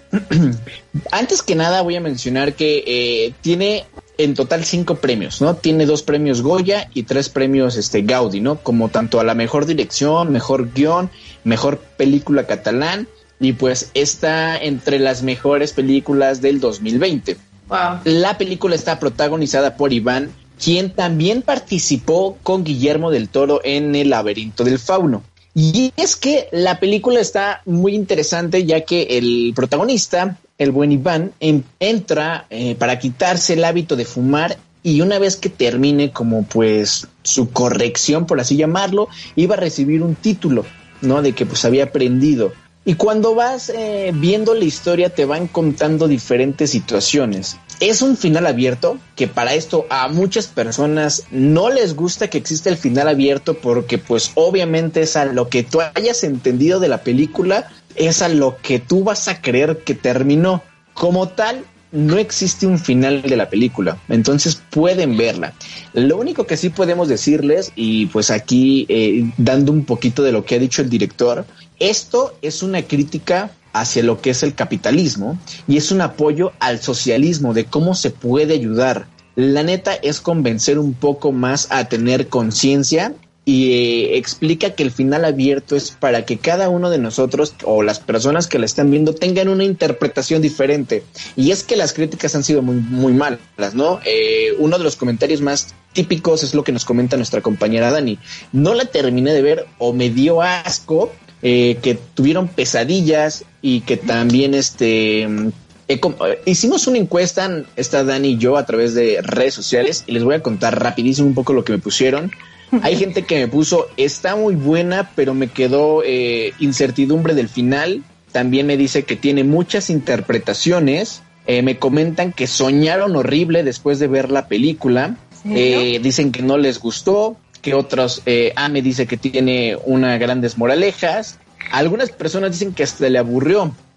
Antes que nada voy a mencionar que eh, tiene en total cinco premios, ¿no? Tiene dos premios Goya y tres premios este, Gaudí, ¿no? Como tanto a la mejor dirección, mejor guión, mejor película catalán y pues está entre las mejores películas del dos mil veinte. Wow. La película está protagonizada por Iván, quien también participó con Guillermo del Toro en El laberinto del fauno. Y es que la película está muy interesante ya que el protagonista, el buen Iván, en, entra eh, para quitarse el hábito de fumar y una vez que termine como pues su corrección, por así llamarlo, iba a recibir un título, ¿no? De que pues había aprendido. Y cuando vas eh, viendo la historia te van contando diferentes situaciones. Es un final abierto, que para esto a muchas personas no les gusta que exista el final abierto porque pues obviamente es a lo que tú hayas entendido de la película, es a lo que tú vas a creer que terminó. Como tal, no existe un final de la película, entonces pueden verla. Lo único que sí podemos decirles, y pues aquí eh, dando un poquito de lo que ha dicho el director, esto es una crítica hacia lo que es el capitalismo y es un apoyo al socialismo, de cómo se puede ayudar. La neta es convencer un poco más a tener conciencia y eh, explica que el final abierto es para que cada uno de nosotros o las personas que la están viendo tengan una interpretación diferente. Y es que las críticas han sido muy, muy malas, ¿no? Eh, uno de los comentarios más típicos es lo que nos comenta nuestra compañera Dani. No la terminé de ver o me dio asco, eh, que tuvieron pesadillas y que también este... Eh, com- hicimos una encuesta, está Dani y yo, a través de redes sociales y les voy a contar rapidísimo un poco lo que me pusieron. Hay gente que me puso, está muy buena, pero me quedó eh, incertidumbre del final. También me dice que tiene muchas interpretaciones. Eh, me comentan que soñaron horrible después de ver la película. Eh, dicen que no les gustó, que otros, eh, ah, me dice que tiene unas grandes moralejas. Algunas personas dicen que hasta le aburrió.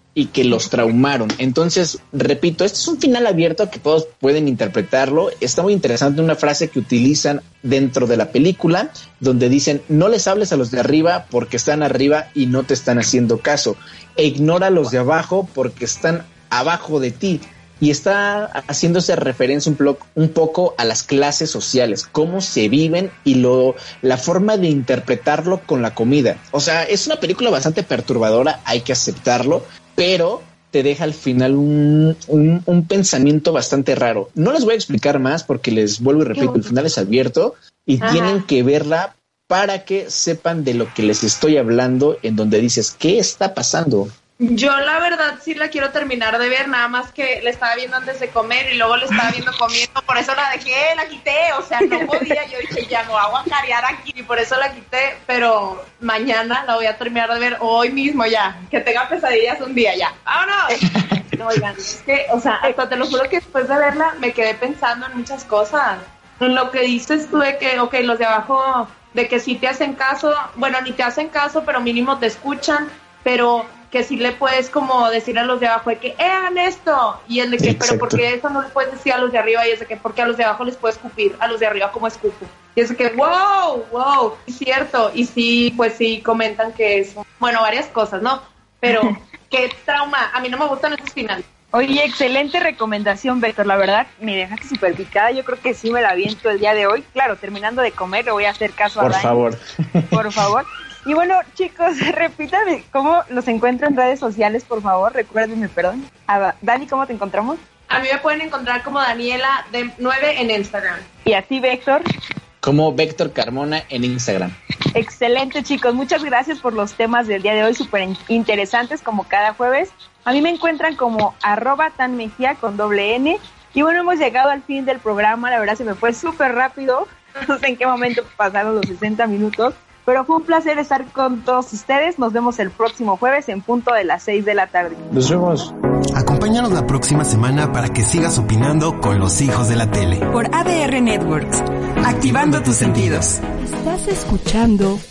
y que los traumaron. Entonces, repito, este es un final abierto que todos pueden interpretarlo. Está muy interesante una frase que utilizan dentro de la película, donde dicen: no les hables a los de arriba porque están arriba y no te están haciendo caso. E ignora a los de abajo porque están abajo de ti. Y está haciéndose referencia un, plo- un poco a las clases sociales, cómo se viven y lo, la forma de interpretarlo con la comida. O sea, es una película bastante perturbadora, hay que aceptarlo, pero te deja al final un, un, un pensamiento bastante raro. No les voy a explicar más porque les vuelvo y repito, el final es abierto y Ajá. tienen que verla para que sepan de lo que les estoy hablando, en donde dices, ¿qué está pasando? Yo la verdad sí la quiero terminar de ver, nada más que la estaba viendo antes de comer y luego la estaba viendo comiendo, por eso la dejé, la quité, o sea, no podía, yo dije, ya no hago a carear aquí, y por eso la quité, pero mañana la voy a terminar de ver, hoy mismo ya, que tenga pesadillas un día ya, ¡vámonos! No, oigan, es que, o sea, hasta te lo juro que después de verla me quedé pensando en muchas cosas, en lo que dices tú de que, ok, los de abajo, de que sí te hacen caso, bueno, ni te hacen caso, pero mínimo te escuchan, pero que sí le puedes como decir a los de abajo de que eh, hagan esto, y el de que, Exacto. pero ¿por qué eso no le puedes decir a los de arriba? Y es de que, porque a los de abajo les puedes escupir, a los de arriba como escupo. Y es de que, wow, wow, es cierto. Y sí, pues sí, comentan que es, bueno, varias cosas, ¿no? Pero, qué trauma, a mí no me gustan esos finales. Oye, excelente recomendación, Víctor, la verdad, me dejaste súper picada, yo creo que sí me la aviento el día de hoy. Claro, terminando de comer, le voy a hacer caso Por a Dani. favor. Por favor. Y bueno, chicos, repítame cómo los encuentro en redes sociales, por favor, recuérdenme, perdón. Ah, Dani, ¿cómo te encontramos? A mí me pueden encontrar como Daniela de nueve en Instagram. ¿Y a ti, Víctor? Como Víctor Carmona en Instagram. Excelente, chicos, muchas gracias por los temas del día de hoy, súper interesantes como cada jueves. A mí me encuentran como arroba tan mejía con doble N. Y bueno, hemos llegado al fin del programa, la verdad se me fue súper rápido, no sé en qué momento pasaron los sesenta minutos. Pero fue un placer estar con todos ustedes. Nos vemos el próximo jueves en punto de las seis de la tarde. Nos vemos. Acompáñanos la próxima semana para que sigas opinando con los hijos de la tele. Por A D R Networks. Activando tus sentidos. Estás escuchando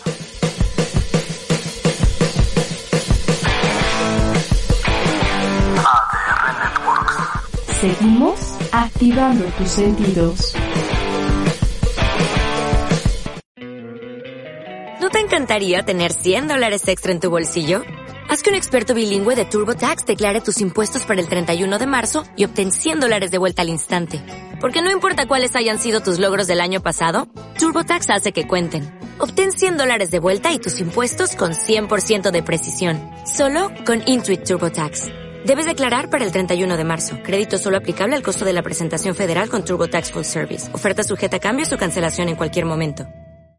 A D R Networks. Seguimos activando tus sentidos. ¿No te encantaría tener cien dólares extra en tu bolsillo? Haz que un experto bilingüe de TurboTax declare tus impuestos para el treinta y uno de marzo y obtén cien dólares de vuelta al instante. Porque no importa cuáles hayan sido tus logros del año pasado, TurboTax hace que cuenten. Obtén cien dólares de vuelta y tus impuestos con cien por ciento de precisión. Solo con Intuit TurboTax. Debes declarar para el treinta y uno de marzo. Crédito solo aplicable al costo de la presentación federal con TurboTax Full Service. Oferta sujeta a cambios o cancelación en cualquier momento.